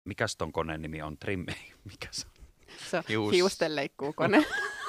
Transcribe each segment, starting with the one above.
Mikäs ton koneen nimi on? Mikä se on? Se on hiustenleikkuukone.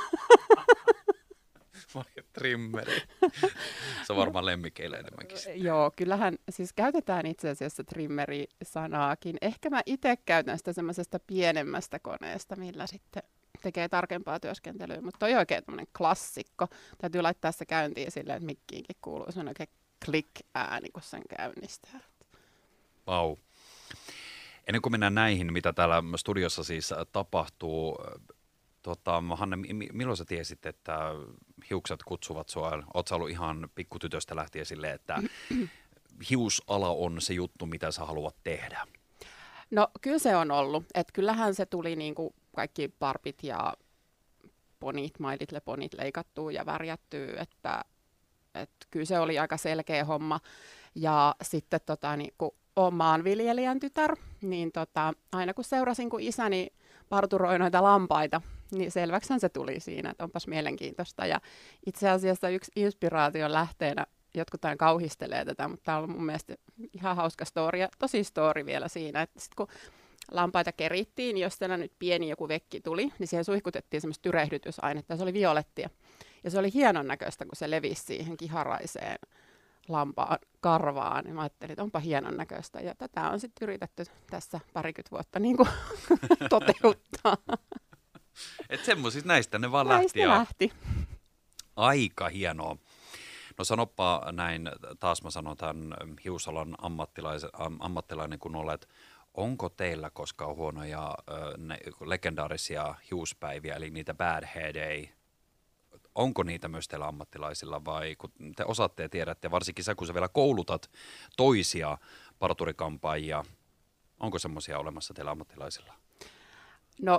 Vai trimmeri. Se on varmaan lemmikeillä enemmänkin. Joo, kyllähän siis käytetään itse asiassa trimmeri-sanaakin. Ehkä mä itse käytän sitä semmoisesta pienemmästä koneesta, millä sitten tekee tarkempaa työskentelyä, mutta toi on oikein tämmöinen klassikko. Täytyy laittaa se käyntiin silleen, että mikkiinkin kuuluu semmoinen oikein click-ääni, kun sen käynnistää. Vau. Ennen kuin mennään näihin, mitä täällä studiossa siis tapahtuu, Hanne, milloin sä tiesit, että hiukset kutsuvat sua? Oot sä ollut ihan pikkutytöstä lähtien silleen, että hiusala on se juttu, mitä sä haluat tehdä? No kyllä se on ollut. Että kyllähän se tuli niinku kaikki parpit ja ponit, My Little Ponit leikattua ja värjättyä, että kyllä se oli aika selkeä homma. Ja sitten kun olen maanviljelijän tytär, niin aina kun seurasin, kun isäni parturoi noita lampaita, niin selväksihän se tuli siinä, että onpas mielenkiintoista. Ja itse asiassa yksi inspiraation lähteenä, jotkut aina kauhistelee tätä, mutta tämä on mun mielestä ihan hauska story ja tosi story vielä siinä, että sit kun lampaita kerittiin, niin jos siellä nyt pieni joku vekki tuli, niin siihen suihkutettiin semmoista tyrehdytysainetta ja se oli violettia. Ja se oli hienon näköistä, kun se levisi siihen kiharaiseen lampaan karvaan, niin mä ajattelin, että onpa hienon näköistä. Ja tätä on sitten yritetty tässä parikymmentä vuotta niin kuin toteuttaa. Että semmoisista näistä ne vaan Näistä lähti. Aika hienoa. No sanoppa näin, taas mä sanon tämän hiusalan ammattilainen kun olet. Onko teillä koskaan huonoja legendaarisia hiuspäiviä, eli niitä bad hair day? Onko niitä myös teillä ammattilaisilla vai kun te osaatte ja tiedätte, varsinkin sä kun sä vielä koulutat toisia parturikampaajia, onko semmoisia olemassa teillä ammattilaisilla? No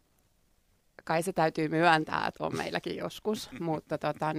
kai se täytyy myöntää, että on meilläkin joskus, mutta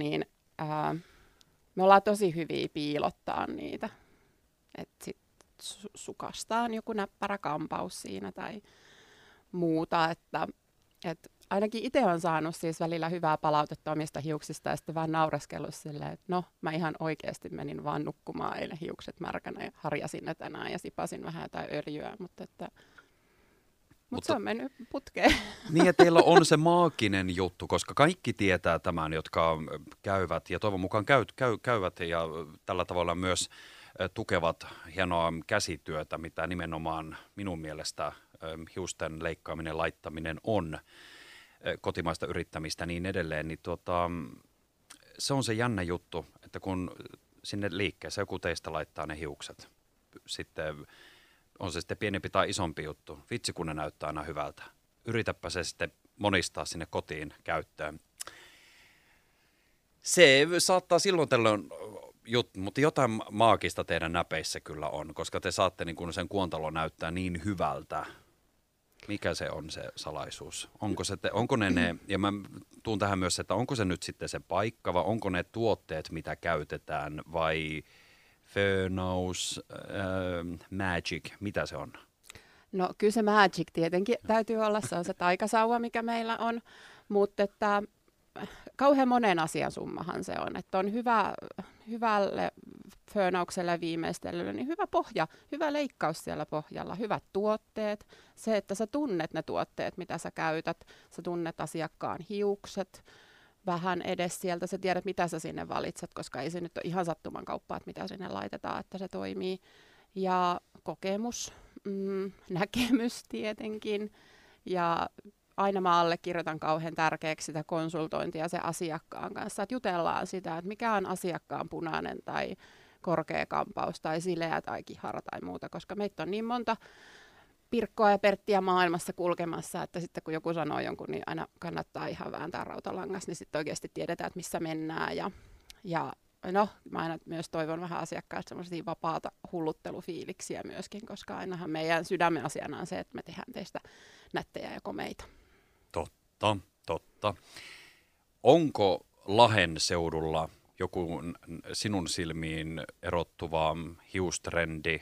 me ollaan tosi hyviä piilottaa niitä. Että sit sukastaan joku näppärä kampaus siinä tai muuta, että ainakin itse olen saanut siis välillä hyvää palautetta omista hiuksista ja sitten vähän naureskellut silleen, että no mä ihan oikeasti menin vaan nukkumaan eilen hiukset märkänä ja harjasin ne tänään ja sipasin vähän jotain öljyä, mutta se on mennyt putkeen. Niin ja teillä on se maaginen juttu, koska kaikki tietää tämän, jotka käyvät ja toivon mukaan käyvät ja tällä tavalla myös tukevat hienoa käsityötä, mitä nimenomaan minun mielestä hiusten leikkaaminen, laittaminen on kotimaista yrittämistä niin edelleen, niin se on se jännä juttu, että kun sinne liikkeessä joku teistä laittaa ne hiukset, sitten on se sitten pienempi tai isompi juttu, vitsi kun ne näyttää aina hyvältä, yritäpä se sitten monistaa sinne kotiin käyttöön. Se saattaa silloin tällöin juttu, mutta jotain maagista teidän näpeissä kyllä on, koska te saatte niin kun sen kuontalon näyttää niin hyvältä. Mikä se on se salaisuus? Onko ne, ja mä tuun tähän myös, että onko se nyt sitten se paikka, vai onko ne tuotteet, mitä käytetään, vai fönaus, magic, mitä se on? No kyllä se magic tietenkin täytyy olla, se on se taikasauva, mikä meillä on, mutta että kauhean monen asian summahan se on, että on hyvälle föönaukselle viimeistelylle, niin hyvä pohja, hyvä leikkaus siellä pohjalla, hyvät tuotteet, se, että sä tunnet ne tuotteet, mitä sä käytät, sä tunnet asiakkaan hiukset, vähän edes sieltä, sä tiedät, mitä sä sinne valitset, koska ei se nyt ole ihan sattuman kauppaa, että mitä sinne laitetaan, että se toimii, ja kokemus, näkemys tietenkin, ja aina mä allekirjoitan kauhean tärkeäksi sitä konsultointia sen asiakkaan kanssa, että jutellaan sitä, että mikä on asiakkaan punainen tai korkea kampaus tai sileä tai kihara tai muuta, koska meitä on niin monta Pirkkoa ja Perttiä maailmassa kulkemassa, että sitten kun joku sanoo jonkun, niin aina kannattaa ihan vääntää rautalangas, niin sitten oikeasti tiedetään, että missä mennään. Ja no, mä aina myös toivon vähän asiakkaista semmoisia vapaata hulluttelufiiliksiä myöskin, koska ainahan meidän sydämen asiana on se, että me tehdään teistä nättejä ja komeita. Totta. Onko Lahden seudulla joku sinun silmiin erottuva hiustrendi,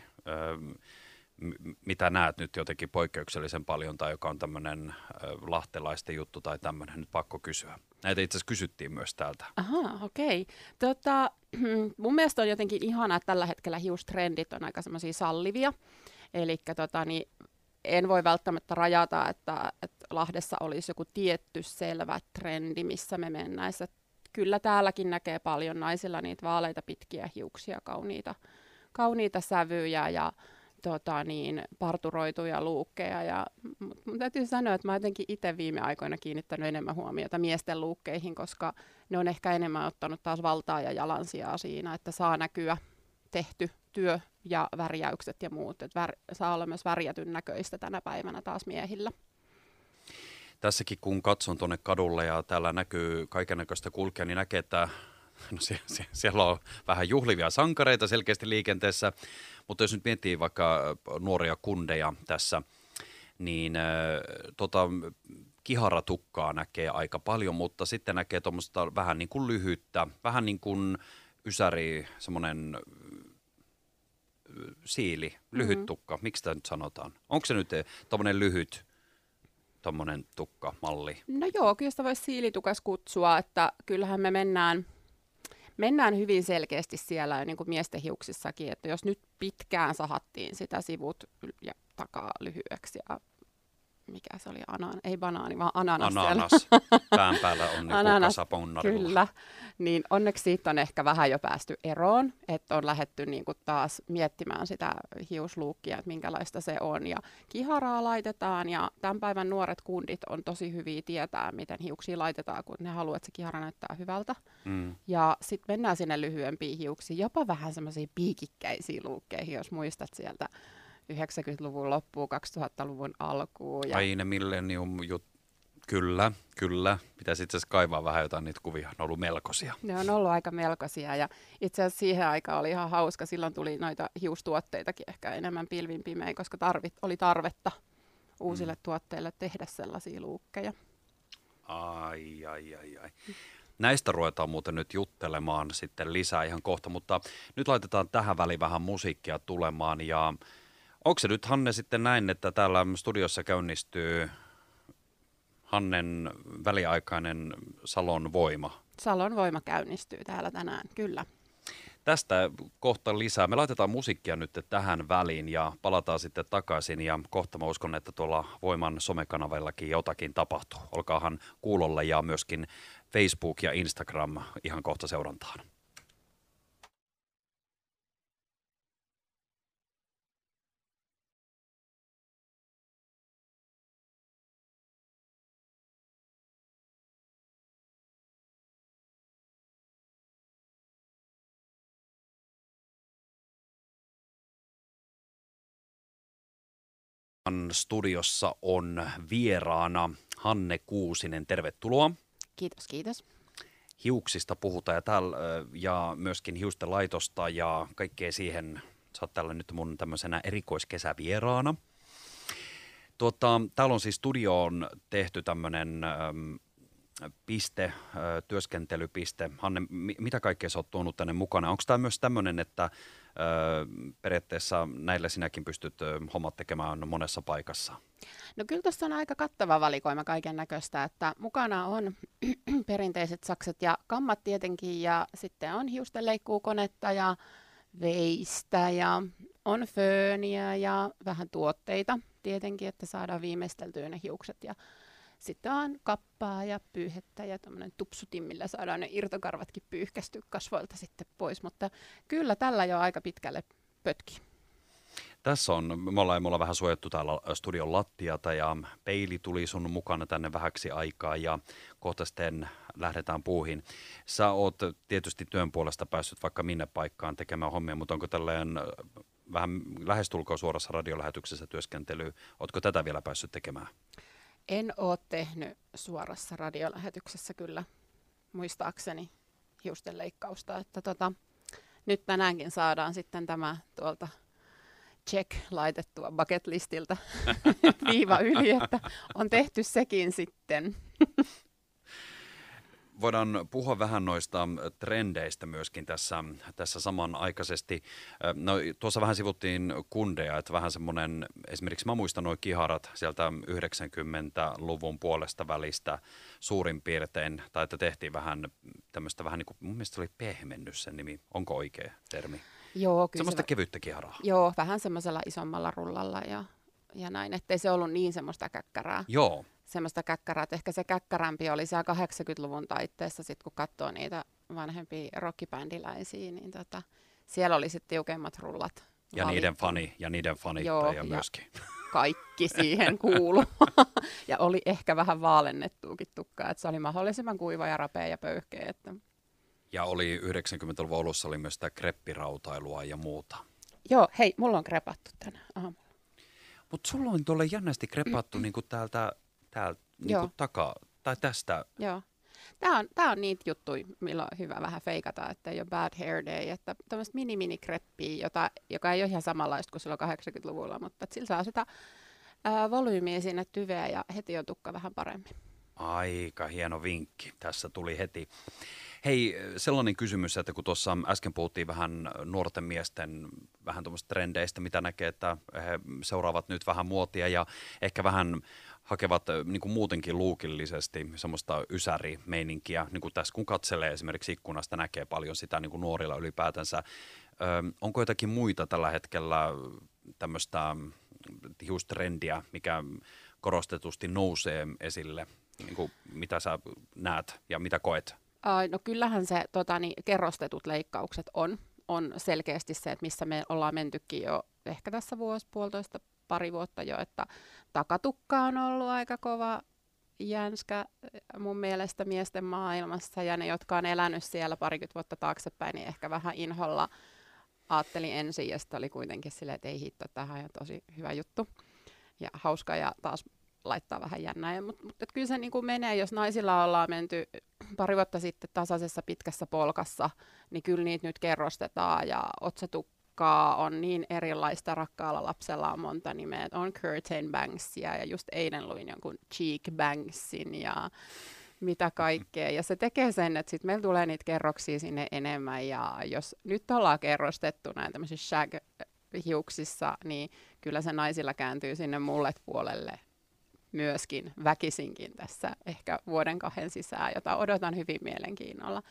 mitä näet nyt jotenkin poikkeuksellisen paljon tai joka on tämmöinen lahtelaisten juttu tai tämmöinen, nyt pakko kysyä. Näitä itse asiassa kysyttiin myös täältä. Aha, okei. Mun mielestä on jotenkin ihanaa, että tällä hetkellä hiustrendit on aika semmoisia sallivia. Eli en voi välttämättä rajata, että Lahdessa olisi joku tietty selvä trendi, missä me mennäisiin. Kyllä täälläkin näkee paljon naisilla niitä vaaleita pitkiä hiuksia, kauniita sävyjä ja parturoituja luukkeja. Mun täytyy sanoa, että mä jotenkin itse viime aikoina kiinnittänyt enemmän huomiota miesten luukkeihin, koska ne on ehkä enemmän ottanut taas valtaa ja jalansijaa siinä, että saa näkyä tehty työ ja värjäykset ja muut. Että saa olla myös värjätyn näköistä tänä päivänä taas miehillä. Tässäkin kun katson tuonne kadulle ja täällä näkyy kaikennäköistä kulkea, niin näkee, että siellä on vähän juhlivia sankareita selkeästi liikenteessä. Mutta jos nyt miettii vaikka nuoria kundeja tässä, niin kiharatukkaa näkee aika paljon, mutta sitten näkee tuommoista vähän niin kuin lyhyttä, vähän niin kuin ysäri, semmoinen siili, lyhyt tukka. Miksi tämä nyt sanotaan? Onko se nyt tuommoinen lyhyt tuommoinen tukkamalli? No joo, kyllä sitä voisi siilitukas kutsua, että kyllähän me mennään hyvin selkeästi siellä niin kuin miesten hiuksissakin, että jos nyt pitkään sahattiin sitä sivut ja takaa lyhyeksi ja mikä se oli, ei banaani, vaan ananas. Ananas, pään päällä on niin kasaponnarilla. Kyllä, niin onneksi siitä on ehkä vähän jo päästy eroon, että on lähdetty niin kuin taas miettimään sitä hiusluukkia, että minkälaista se on. Ja kiharaa laitetaan ja tämän päivän nuoret kundit on tosi hyviä tietää, miten hiuksia laitetaan, kun ne haluaa, että se kihara näyttää hyvältä. Ja sitten mennään sinne lyhyempiin hiuksiin, jopa vähän semmoisiin piikikkäisiin luukkeihin, jos muistat sieltä 90-luvun loppuun, 2000-luvun alkuun. Ja ai ne kyllä. Pitäisi itse asiassa kaivaa vähän jotain niitä kuvia. Ne on ollut melkoisia. Ne on ollut aika melkoisia ja itse asiassa siihen aikaan oli ihan hauska. Silloin tuli noita hiustuotteitakin ehkä enemmän pilvin pimein, koska oli tarvetta uusille tuotteille tehdä sellaisia luukkeja. Ai. Näistä ruvetaan muuten nyt juttelemaan sitten lisää ihan kohta, mutta nyt laitetaan tähän väliin vähän musiikkia tulemaan ja onko se nyt, Hanne, sitten näin, että täällä studiossa käynnistyy Hannen väliaikainen Salon Voima? Salon Voima käynnistyy täällä tänään, kyllä. Tästä kohta lisää. Me laitetaan musiikkia nyt tähän väliin ja palataan sitten takaisin ja kohta mä uskon, että tuolla Voiman somekanavallakin jotakin tapahtuu. Olkaahan kuulolla ja myöskin Facebook ja Instagram ihan kohta seurantaan. Studiossa on vieraana Hanne Kuusinen. Tervetuloa. Kiitos. Hiuksista puhutaan ja myöskin hiusten laitosta ja kaikkea siihen. Sä oot täällä nyt mun tämmöisenä erikoiskesävieraana. Täällä on siis studioon tehty tämmöinen työskentelypiste. Hanne, mitä kaikkea sä oot tuonut tänne mukana? Onko tämä myös tämmöinen, että periaatteessa näillä sinäkin pystyt hommat tekemään monessa paikassa? No kyllä tuossa on aika kattava valikoima kaiken näköistä, että mukana on perinteiset sakset ja kammat tietenkin ja sitten on hiustenleikkuukonetta ja veistä ja on fööniä ja vähän tuotteita tietenkin, että saadaan viimeisteltyä ne hiukset ja sitten on kappaa ja pyyhettä ja tämmöinen tupsutin, millä saadaan ne irtokarvatkin pyyhkästyä kasvoilta sitten pois, mutta kyllä tällä jo aika pitkälle pötki. Tässä me ollaan vähän suojattu täällä studion lattiata ja peili tuli sun mukana tänne vähäksi aikaa ja kohta sitten lähdetään puuhin. Sä oot tietysti työn puolesta päässyt vaikka minne paikkaan tekemään hommia, mutta onko tälleen vähän lähestulkoon suorassa radiolähetyksessä työskentely, ootko tätä vielä päässyt tekemään? En ole tehnyt suorassa radiolähetyksessä kyllä muistaakseni hiusten leikkausta, että nyt tänäänkin saadaan sitten tämä tuolta check laitettua bucket listiltä viiva yli, että on tehty sekin sitten. Voidaan puhua vähän noista trendeistä myöskin tässä samanaikaisesti. No, tuossa vähän sivuttiin kundeja, että vähän semmoinen, esimerkiksi mä muistan nuo kiharat sieltä 90-luvun puolesta välistä suurin piirtein, tai että tehtiin vähän tämmöistä vähän niin kuin, mun mielestä oli pehmennys sen nimi, onko oikea termi? Joo, kyllä semmoista kevyttä kiharaa. Joo, vähän semmoisella isommalla rullalla ja ja näin, ettei se ollut niin semmoista käkkärää. Joo. Semmoista käkkärää, että ehkä se käkkärämpi oli siellä 80-luvun taitteessa, sit kun katsoo niitä vanhempia rockibändiläisiä, niin siellä oli sitten tiukemmat rullat. Ja niiden fanittaja myöskin. Kaikki siihen kuului. Ja oli ehkä vähän vaalennettuukin tukkaa, että se oli mahdollisimman kuiva ja rapea ja pöyhkeä. Että... Ja oli 90-luvun alussa oli myös sitä kreppirautailua ja muuta. Joo, hei, mulla on krepattu tänään aamulla. Mutta sulla on tuolle jännästi krepattu niinku täältä niinku takaa, tai tästä. Joo. Tää on niitä juttuja, millä on hyvä vähän feikata, että ei ole bad hair day, että tämmöistä mini-kreppiä, joka ei ole ihan samanlaista kuin silloin 80-luvulla, mutta sillä saa sitä volyymiä sinne tyveä ja heti on tukka vähän paremmin. Aika hieno vinkki. Tässä tuli heti. Hei, sellainen kysymys, että kun tuossa äsken puhuttiin vähän nuorten miesten vähän tuommoista trendeistä, mitä näkee, että he seuraavat nyt vähän muotia ja ehkä vähän hakevat niin kuin muutenkin luukillisesti semmoista ysärimeininkiä, niin kuin tässä kun katselee esimerkiksi ikkunasta, näkee paljon sitä niin kuin nuorilla ylipäätänsä. Onko jotakin muita tällä hetkellä tämmöistä hiustrendiä, mikä korostetusti nousee esille, niin kuin mitä sä näet ja mitä koet? No kyllähän se kerrostetut leikkaukset on selkeästi se, että missä me ollaan mentykin jo ehkä tässä puolitoista, pari vuotta jo, että takatukka on ollut aika kova jänskä mun mielestä miesten maailmassa, ja ne, jotka on elänyt siellä parikymmentä vuotta taaksepäin, niin ehkä vähän inholla ajattelin ensin, ja sitten oli kuitenkin silleen, että ei hitto, tähän on tosi hyvä juttu ja hauska, ja taas laittaa vähän jännää. Mutta kyllä se niin kuin menee, jos naisilla ollaan menty pari vuotta sitten tasaisessa pitkässä polkassa, niin kyllä niitä nyt kerrostetaan, ja otsatukkaa on niin erilaista, rakkaalla lapsella on monta nimeä, on curtain bangsia, ja just eilen luin jonkun cheek bangsin, ja mitä kaikkea. Ja se tekee sen, että sitten meillä tulee niitä kerroksia sinne enemmän, ja jos nyt ollaan kerrostettu näin tämmöisissä shag-hiuksissa, niin kyllä se naisilla kääntyy sinne mullet-puolelle myöskin väkisinkin tässä ehkä vuoden kahden sisään, jota odotan hyvin mielenkiinnolla.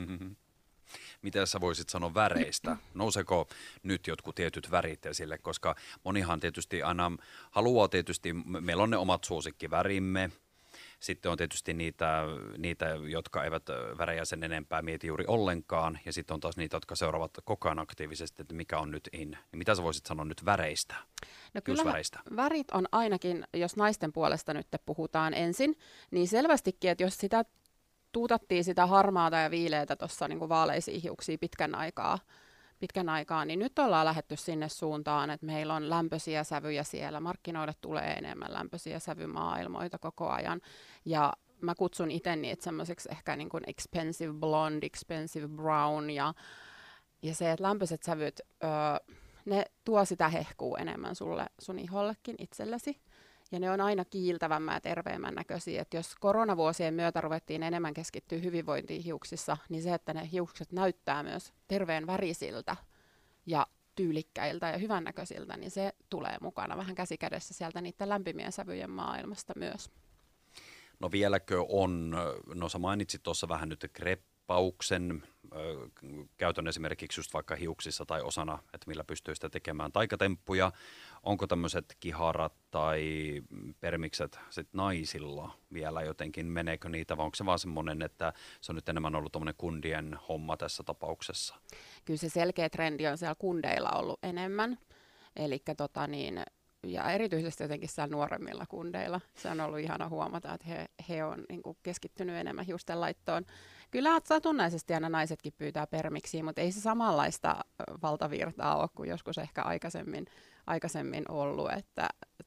Mitä sä voisit sanoa väreistä? Nouseeko nyt jotkut tietyt värit esille, koska monihan tietysti aina haluaa meillä on ne omat suosikkivärimme, sitten on tietysti niitä, jotka eivät värejä sen enempää mieti juuri ollenkaan, ja sitten on taas niitä, jotka seuraavat koko ajan aktiivisesti, että mikä on nyt in. Ja mitä sä voisit sanoa nyt väreistä? No kyllä värit on ainakin, jos naisten puolesta nyt puhutaan ensin, niin selvästikin, että jos sitä tuutattiin sitä harmaata ja viileätä tuossa niin kuin vaaleisiin hiuksiin pitkän aikaa, niin nyt ollaan lähdetty sinne suuntaan, että meillä on lämpöisiä sävyjä siellä. Markkinoille tulee enemmän lämpöisiä sävymaailmoita koko ajan. Ja mä kutsun itse niitä semmoiseksi ehkä niin kuin expensive blonde, expensive brown. Ja se, että lämpöiset sävyt, ne tuo sitä hehkua enemmän sulle sun ihollekin itsellesi. Ja ne on aina kiiltävämmän ja terveemmän näköisiä. Et jos koronavuosien myötä ruvettiin enemmän keskittyä hyvinvointiin hiuksissa, niin se, että ne hiukset näyttää myös terveen värisiltä ja tyylikkäiltä ja hyvännäköisiltä, niin se tulee mukana vähän käsikädessä sieltä niiden lämpimien sävyjen maailmasta myös. No vieläkö on, no sä mainitsit tuossa vähän nyt kreppauksen käytön esimerkiksi just vaikka hiuksissa tai osana, että millä pystyy sitä tekemään taikatemppuja. Onko tämmöiset kiharat tai permikset sit naisilla vielä jotenkin, meneekö niitä, vai onko se vaan semmoinen, että se on nyt enemmän ollut tommoinen kundien homma tässä tapauksessa? Kyllä se selkeä trendi on siellä kundeilla ollut enemmän, elikkä ja erityisesti jotenkin siellä nuoremmilla kundeilla. Se on ollut ihana huomata, että he on niin kuin keskittynyt enemmän hiusten laittoon. Kyllä satunnaisesti aina naisetkin pyytää permiksiä, mutta ei se samanlaista valtavirtaa ole kuin joskus ehkä aikaisemmin ollut. Että,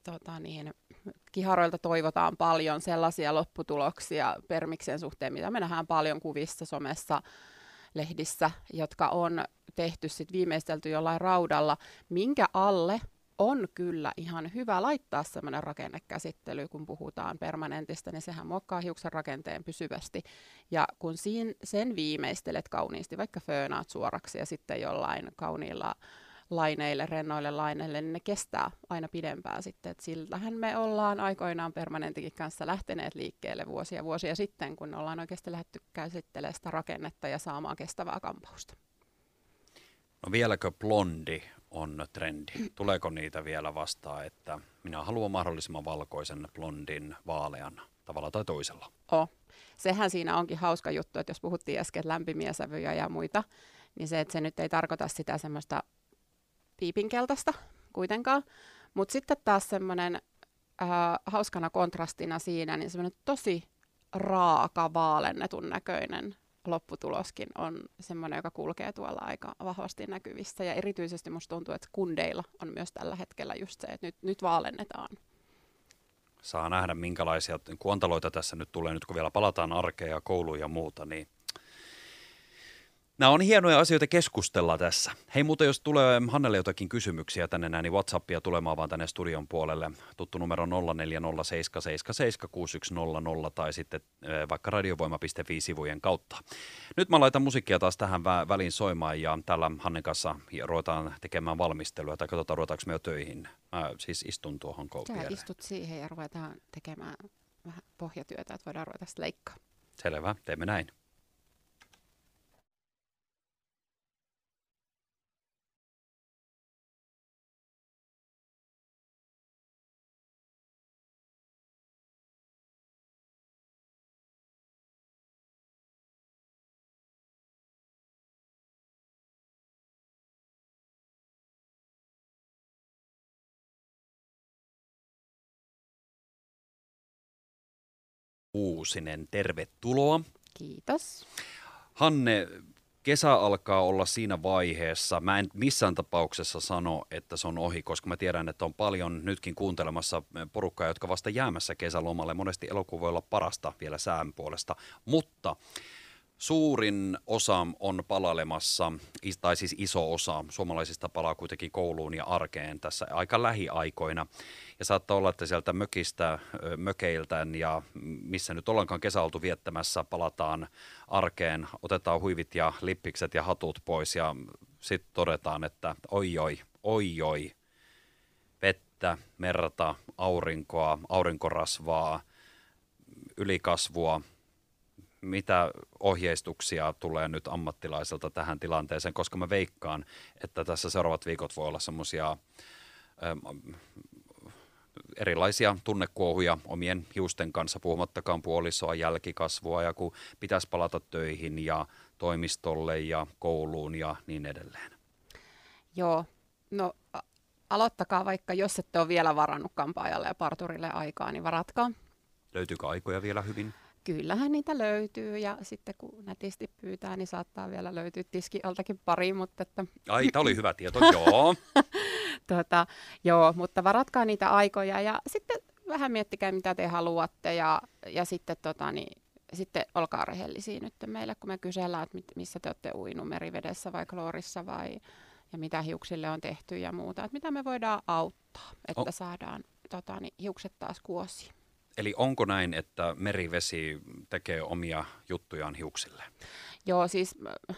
kiharoilta toivotaan paljon sellaisia lopputuloksia permiksen suhteen, mitä me nähdään paljon kuvissa, somessa, lehdissä, jotka on tehty sit viimeistelty jollain raudalla, minkä alle on kyllä ihan hyvä laittaa semmoinen rakennekäsittely, kun puhutaan permanentista, niin sehän muokkaa hiuksen rakenteen pysyvästi. Ja kun sen viimeistelet kauniisti, vaikka föönaat suoraksi ja sitten jollain kauniilla laineille, rennoille laineille, niin ne kestää aina pidempään sitten. Et siltähän me ollaan aikoinaan permanentikin kanssa lähteneet liikkeelle vuosia sitten, kun ollaan oikeasti lähdetty käsittelemään sitä rakennetta ja saamaan kestävää kampausta. No vieläkö blondi on trendi? Tuleeko niitä vielä vastaan, että minä haluan mahdollisimman valkoisen, blondin, vaalean tavalla tai toisella? Sehän siinä onkin hauska juttu, että jos puhuttiin äsken lämpimiä sävyjä ja muita, niin se, että se nyt ei tarkoita sitä semmoista piipinkeltaista kuitenkaan. Mutta sitten taas semmoinen hauskana kontrastina siinä, niin semmoinen tosi raaka, vaalennetun näköinen lopputuloskin on semmoinen, joka kulkee tuolla aika vahvasti näkyvissä. Ja erityisesti musta tuntuu, että kundeilla on myös tällä hetkellä just se, että nyt vaalennetaan. Saa nähdä, minkälaisia kuontaloita tässä nyt tulee, nyt kun vielä palataan arkeen ja kouluun ja muuta, niin nämä on hienoja asioita keskustella tässä. Hei, muuten jos tulee Hannelle jotakin kysymyksiä tänne näin, niin WhatsAppia tulemaan vaan tänne studion puolelle. Tuttu numero 0407776100 tai sitten vaikka radiovoima.fi-sivujen kautta. Nyt mä laitan musiikkia taas tähän väliin soimaan ja täällä Hannen kanssa ruvetaan tekemään valmistelua tai katsotaan, ruvetaanko me jo töihin. Mä siis istun tuohon viereen. Sä istut siihen ja ruvetaan tekemään vähän pohjatyötä, että voidaan ruveta sitten leikkaa. Selvä, teemme näin. Uusinen, tervetuloa. Kiitos. Hanne, kesä alkaa olla siinä vaiheessa. Mä en missään tapauksessa sano, että se on ohi, koska mä tiedän, että on paljon nytkin kuuntelemassa porukkaa, jotka vasta jäämässä kesälomalle. Monesti elokuu voi olla parasta vielä sään puolesta, mutta suurin osa on palailemassa, tai siis iso osa suomalaisista palaa kuitenkin kouluun ja arkeen tässä aika lähiaikoina. Ja saattaa olla, että sieltä mökeiltä ja missä nyt ollaankaan kesä oltu viettämässä, palataan arkeen, otetaan huivit ja lippikset ja hatut pois ja sitten todetaan, että oi, vettä, merta, aurinkoa, aurinkorasvaa, ylikasvua. Mitä ohjeistuksia tulee nyt ammattilaiselta tähän tilanteeseen, koska mä veikkaan, että tässä seuraavat viikot voi olla semmoisia erilaisia tunnekuohuja omien hiusten kanssa, puhumattakaan puolisoa, jälkikasvua ja kun pitäisi palata töihin ja toimistolle ja kouluun ja niin edelleen. Joo, no aloittakaa vaikka, jos ette ole vielä varannut kampaajalle ja parturille aikaa, niin varatkaa. Löytyykö aikoja vielä hyvin? Kyllähän niitä löytyy ja sitten kun nätisti pyytää, niin saattaa vielä löytyä tiski altakin pari, mutta että... Ai, tämä oli hyvä tieto, joo. Joo, mutta varatkaa niitä aikoja ja sitten vähän miettikää, mitä te haluatte ja sitten, sitten olkaa rehellisiä nyt meille, kun me kysellään, että missä te olette uinut, merivedessä vai kloorissa vai ja mitä hiuksille on tehty ja muuta, että mitä me voidaan auttaa, että saadaan hiukset taas kuosiin. Eli onko näin, että merivesi tekee omia juttujaan hiuksille? Joo, siis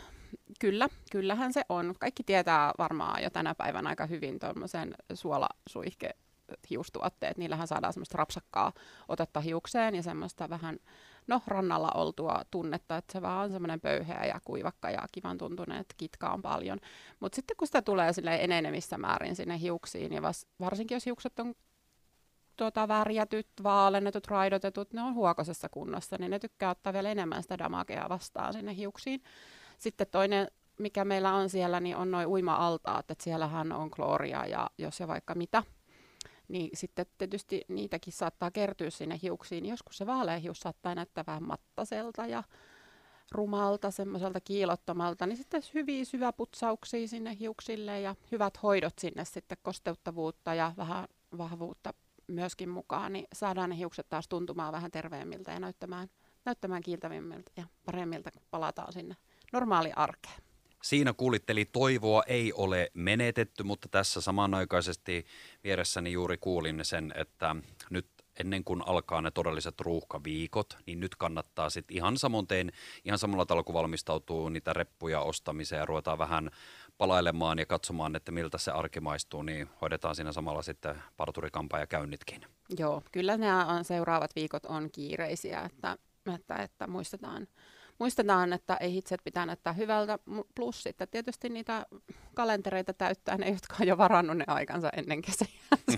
kyllähän se on. Kaikki tietää varmaan jo tänä päivänä aika hyvin tuommoisen suolasuihke-hiustuotteet. Niillähän saadaan semmoista rapsakkaa otetta hiukseen ja semmoista vähän rannalla oltua tunnetta, että se vaan on semmoinen pöyheä ja kuivakka ja kivan tuntunen, että kitkaa on paljon. Mutta sitten kun sitä tulee enenevissä määrin sinne hiuksiin ja varsinkin jos hiukset on värjätyt, vaalennetut, raidotetut, ne on huokoisessa kunnossa, niin ne tykkää ottaa vielä enemmän sitä damakea vastaan sinne hiuksiin. Sitten toinen, mikä meillä on siellä, niin on noin uima-altaat, että siellähän on klooria ja jos ja vaikka mitä, niin sitten tietysti niitäkin saattaa kertyä sinne hiuksiin. Joskus se vaalea hius saattaa näyttää vähän mattaselta ja rumalta, semmoiselta kiilottomalta, niin sitten hyviä syväputsauksia sinne hiuksille ja hyvät hoidot sinne sitten, kosteuttavuutta ja vähän vahvuutta myöskin mukaan, niin saadaan ne hiukset taas tuntumaan vähän terveemmiltä ja näyttämään kiiltävimmiltä ja paremmilta, kun palataan sinne normaali arkeen. Siinä kuulitteli, toivoa ei ole menetetty, mutta tässä samanaikaisesti vieressäni juuri kuulin sen, että nyt ennen kuin alkaa ne todelliset ruuhkaviikot, niin nyt kannattaa sitten ihan samalla tavalla kuin valmistautuu niitä reppuja ostamiseen ja ruvetaan vähän palailemaan ja katsomaan, että miltä se arki maistuu, niin hoidetaan siinä samalla sitten parturikampa ja käynnitkin. Joo, kyllä nämä seuraavat viikot on kiireisiä, että muistetaan muistetaan, että ei hitset pitää näyttää hyvältä, plus sitten tietysti niitä kalentereita täyttää ne, jotka on jo varannut ne aikansa ennen kesää.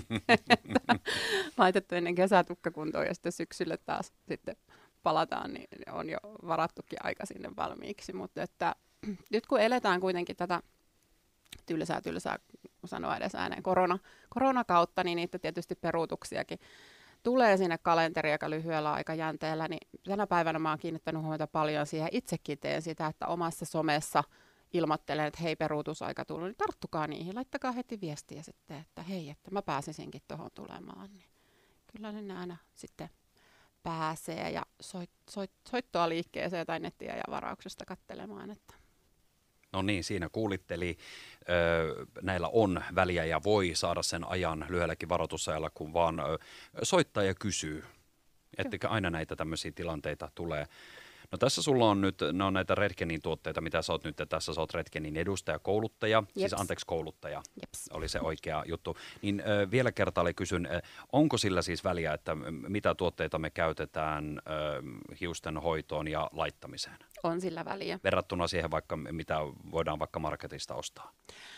Laitettu ennen kesää tukkakuntoon ja sitten syksylle taas sitten palataan, niin on jo varattukin aika sinne valmiiksi, mutta että nyt kun eletään kuitenkin tätä tylsää sanoa edes ääneen koronakautta, niin niitä tietysti peruutuksiakin tulee sinne kalenteriin aika lyhyellä aikajänteellä, niin tänä päivänä mä oon kiinnittänyt huomiota paljon siihen, itsekin teen sitä, että omassa somessa ilmoittelen, että hei, peruutusaika tullut, niin tarttukaa niihin, laittakaa heti viestiä sitten, että hei, että mä pääsisinkin tuohon tulemaan, niin kyllä ne aina sitten pääsee ja soittoa liikkeeseen tai nettiä ja varauksesta katselemaan, että No niin, siinä kuulitteli. Näillä on väliä ja voi saada sen ajan lyhyelläkin varoitusajalla, kun vaan soittaa ja kysyy. Ettekä aina näitä tämmöisiä tilanteita tulee. No tässä sulla on nyt, ne on näitä Redkenin tuotteita, mitä sä oot nyt, tässä sä oot Redkenin edustaja, kouluttaja, siis anteeksi kouluttaja, oli se oikea juttu. Niin vielä kertaalleen kysyn, onko sillä siis väliä, että mitä tuotteita me käytetään hiusten hoitoon ja laittamiseen? On sillä väliä. Verrattuna siihen vaikka, mitä voidaan vaikka marketista ostaa.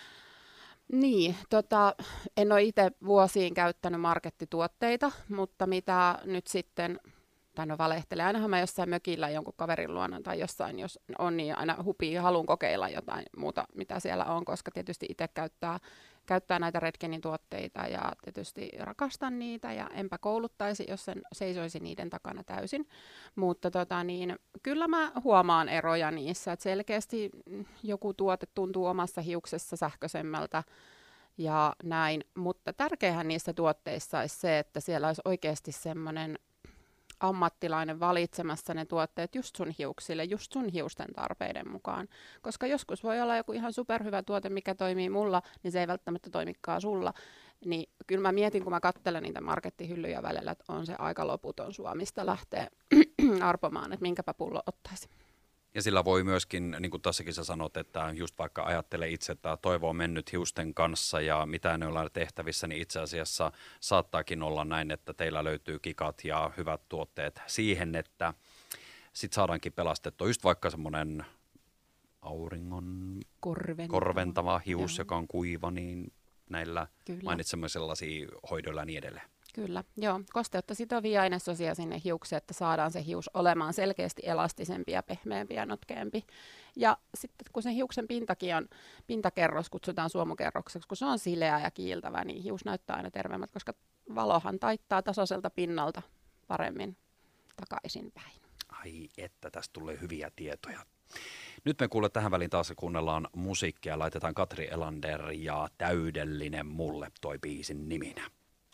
Niin, en ole itse vuosiin käyttänyt markettituotteita, mutta mitä nyt sitten, tai no valehtelee, ainahan mä jossain mökillä jonkun kaverin luona tai jossain, jos on, niin aina hupii halun kokeilla jotain muuta, mitä siellä on, koska tietysti itse käyttää näitä Redkenin tuotteita ja tietysti rakastan niitä ja enpä kouluttaisi, jos en seisoisi niiden takana täysin. Mutta kyllä mä huomaan eroja niissä, että selkeästi joku tuote tuntuu omassa hiuksessa sähköisemmältä ja näin, mutta tärkeähän niissä tuotteissa olisi se, että siellä olisi oikeasti semmoinen ammattilainen valitsemassa ne tuotteet just sun hiuksille, just sun hiusten tarpeiden mukaan. Koska joskus voi olla joku ihan superhyvä tuote, mikä toimii mulla, niin se ei välttämättä toimikaan sulla. Niin kyllä mä mietin, kun mä katselen niitä markettihyllyjä välillä, että on se aika loputon sua, mistä lähtee arpomaan, että minkäpä pullo ottaisi. Ja sillä voi myöskin, niin kuin tässäkin sä sanot, että just vaikka ajattele itse, että toivo on mennyt hiusten kanssa ja mitä ne ollaan tehtävissä, niin itse asiassa saattaakin olla näin, että teillä löytyy kikat ja hyvät tuotteet siihen, että sit saadaankin pelastettua just vaikka semmoinen auringon korventava hius, joka on kuiva, niin näillä mainitsemme sellaisia hoidoilla ja niin edelleen. Kyllä, joo. Kosteutta sitovia ainesosia sinne hiukseen, että saadaan se hius olemaan selkeästi elastisempi ja pehmeämpi ja notkeampi. Ja sitten kun se hiuksen pintakin on, pintakerros kutsutaan suomukerrokseksi, kun se on sileä ja kiiltävä, niin hius näyttää aina terveemmät, koska valohan taittaa tasaiselta pinnalta paremmin takaisinpäin. Ai että, tästä tulee hyviä tietoja. Nyt me tähän väliin taas kuunnellaan musiikkia, laitetaan Katri Elander ja Täydellinen mulle toi biisin niminä.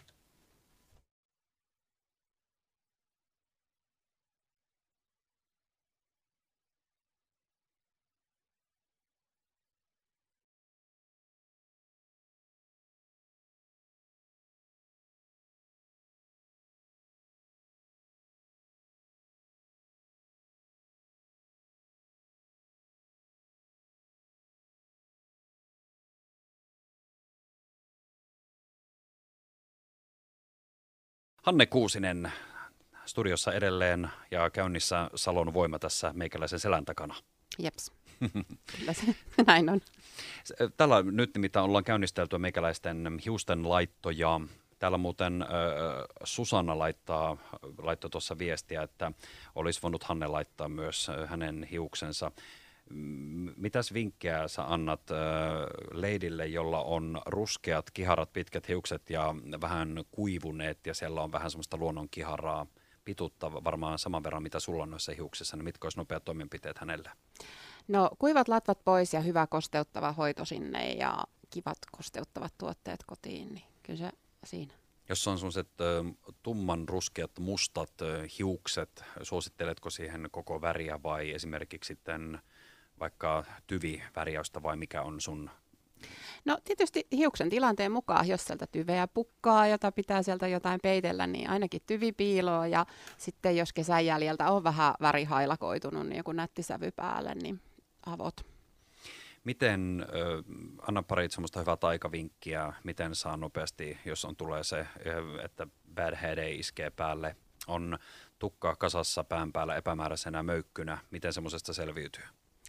Hanne Kuusinen studiossa edelleen ja käynnissä Salon Voima tässä meikäläisen selän takana. Jeps, kyllä se näin on. Täällä nyt nimittäin ollaan käynnisteltyä meikäläisten hiusten laittoja. Täällä muuten Susanna laittoi tuossa viestiä, että olisi voinut Hanne laittaa myös hänen hiuksensa. Mitäs vinkkejä sä annat leidille, jolla on ruskeat, kiharat, pitkät hiukset ja vähän kuivuneet ja siellä on vähän semmoista luonnon kiharaa, pituutta varmaan saman verran, mitä sulla on noissa hiuksissa, niin mitkä olisi nopeat toimenpiteet hänelle? No kuivat latvat pois ja hyvä kosteuttava hoito sinne ja kivat kosteuttavat tuotteet kotiin, niin kyllä se siinä. Jos on sellaiset tumman ruskeat, mustat hiukset, suositteletko siihen koko väriä vai esimerkiksi sitten vaikka tyvivärjäystä vai mikä on sun? No tietysti hiuksen tilanteen mukaan, jos sieltä tyveä pukkaa, jota pitää sieltä jotain peitellä, niin ainakin tyvipiiloa ja sitten jos kesän jäljeltä on vähän väri hailakoitunut, niin joku nätti sävy päälle, niin avot. Miten, anna pari semmoista hyvää taikavinkkiä, miten saa nopeasti, jos tulee se, että bad hair day iskee päälle, on tukka kasassa pään päällä epämääräisenä möykkynä. Miten semmoisesta selviytyy?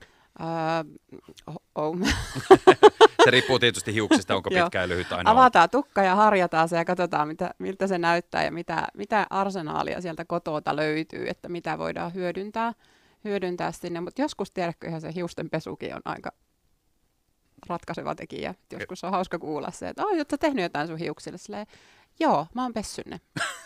Se riippuu tietysti hiuksista, onko pitkä ja lyhyt aina. Avataan tukka ja harjataan se ja katsotaan, miltä se näyttää ja mitä arsenaalia sieltä kotota löytyy, että mitä voidaan hyödyntää sinne. Mutta joskus tiedätkö ihan se hiusten pesukin on aika ratkaiseva tekijä. Joskus on hauska kuulla se, että oletko tehnyt jotain sun hiuksille? Silleen, joo, mä oon pessyt ne.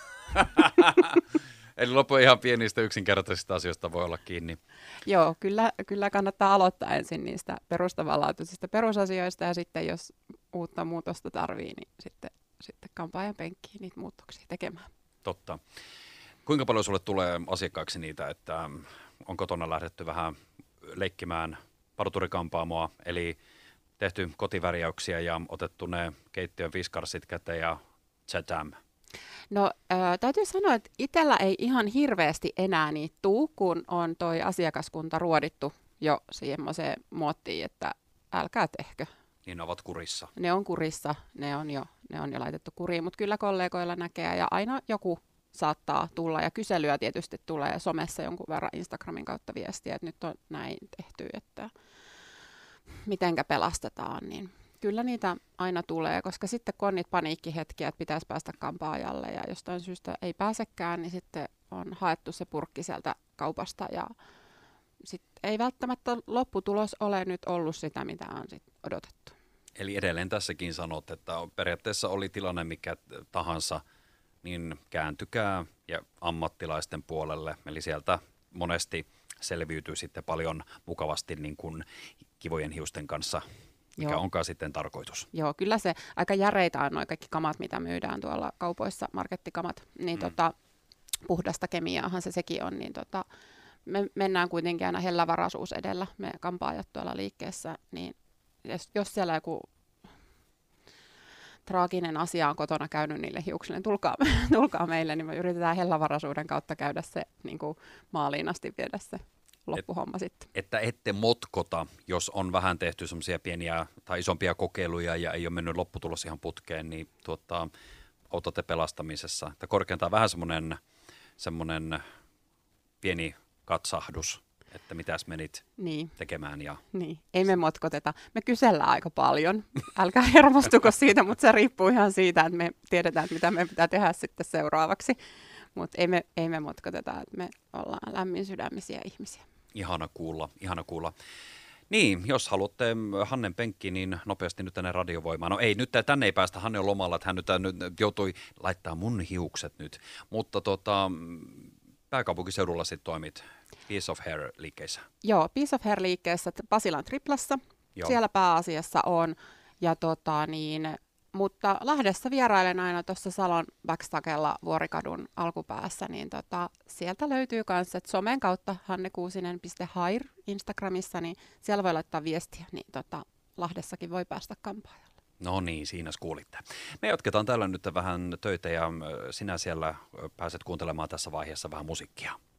Eli loppu ihan pienistä yksinkertaisista asioista voi olla kiinni. Joo, kyllä kannattaa aloittaa ensin niistä perustavanlaatuisista perusasioista ja sitten jos uutta muutosta tarvii, niin sitten kampaajan penkkiin niitä muutoksia tekemään. Totta. Kuinka paljon sulle tulee asiakkaaksi niitä, että on kotona lähdetty vähän leikkimään parturikampaamoa, eli tehty kotivärjäyksiä ja otettu ne keittiön viskarsit käteen ja tchatam? No täytyy sanoa, että itsellä ei ihan hirveästi enää niitä tuu, kun on toi asiakaskunta ruodittu jo semmoiseen muottiin, että älkää tehkö. Niin ne ovat kurissa. Ne on kurissa, ne on jo laitettu kuriin, mutta kyllä kollegoilla näkee ja aina joku saattaa tulla ja kyselyä tietysti tulee somessa jonkun verran Instagramin kautta viestiä, että nyt on näin tehty, että mitenkä pelastetaan, niin kyllä niitä aina tulee, koska sitten kun on niitä paniikkihetkiä, että pitäisi päästä kampaajalle ja jostain syystä ei pääsekään, niin sitten on haettu se purkki sieltä kaupasta ja sitten ei välttämättä lopputulos ole nyt ollut sitä, mitä on sit odotettu. Eli edelleen tässäkin sanot, että periaatteessa oli tilanne mikä tahansa, niin kääntykää ja ammattilaisten puolelle, eli sieltä monesti selviytyy sitten paljon mukavasti niin kuin kivojen hiusten kanssa, mikä onkaan sitten tarkoitus. Joo, kyllä se aika järeitä on nuo kaikki kamat, mitä myydään tuolla kaupoissa, markettikamat, niin puhdasta kemiaahan sekin on, niin me mennään kuitenkin aina hellävaraisuus edellä, me kampaajat tuolla liikkeessä, niin jos siellä joku traaginen asia on kotona käynyt niille hiuksille, niin tulkaa meille, niin me yritetään hellävaraisuuden kautta käydä se niin kuin maaliin asti viedä se loppuhomma sitten. Että ette motkota, jos on vähän tehty semmoisia pieniä tai isompia kokeiluja ja ei ole mennyt lopputulos ihan putkeen, niin autatte pelastamisessa. Että korkeintaan vähän semmoinen pieni katsahdus, että mitäs menit tekemään. Niin, ei me motkoteta. Me kysellään aika paljon. Älkää hermostuko siitä, mutta se riippuu ihan siitä, että me tiedetään, mitä me pitää tehdä sitten seuraavaksi. Mutta ei me motkoteta, että me ollaan lämmin sydämisiä ihmisiä. Ihana kuulla. Niin, jos haluatte Hannen penkki, niin nopeasti nyt tänne Radiovoimaan. No ei, nyt tänne ei päästä, Hanne on lomalla, että hän nyt joutui laittaa mun hiukset nyt. Mutta pääkaupunkiseudulla sitten toimit Piece of Hair-liikkeissä. Joo, Piece of Hair-liikkeessä Pasilan Triplassa. Joo. Siellä pääasiassa on. Ja mutta Lahdessa vierailen aina tuossa Salon backstakella Vuorikadun alkupäässä, niin sieltä löytyy myös, että somen kautta hannekuusinen.hair Instagramissa, niin siellä voi laittaa viestiä, niin Lahdessakin voi päästä kampaajalle. No niin, siinä kuulitte. Me jatketaan täällä nyt vähän töitä ja sinä siellä pääset kuuntelemaan tässä vaiheessa vähän musiikkia.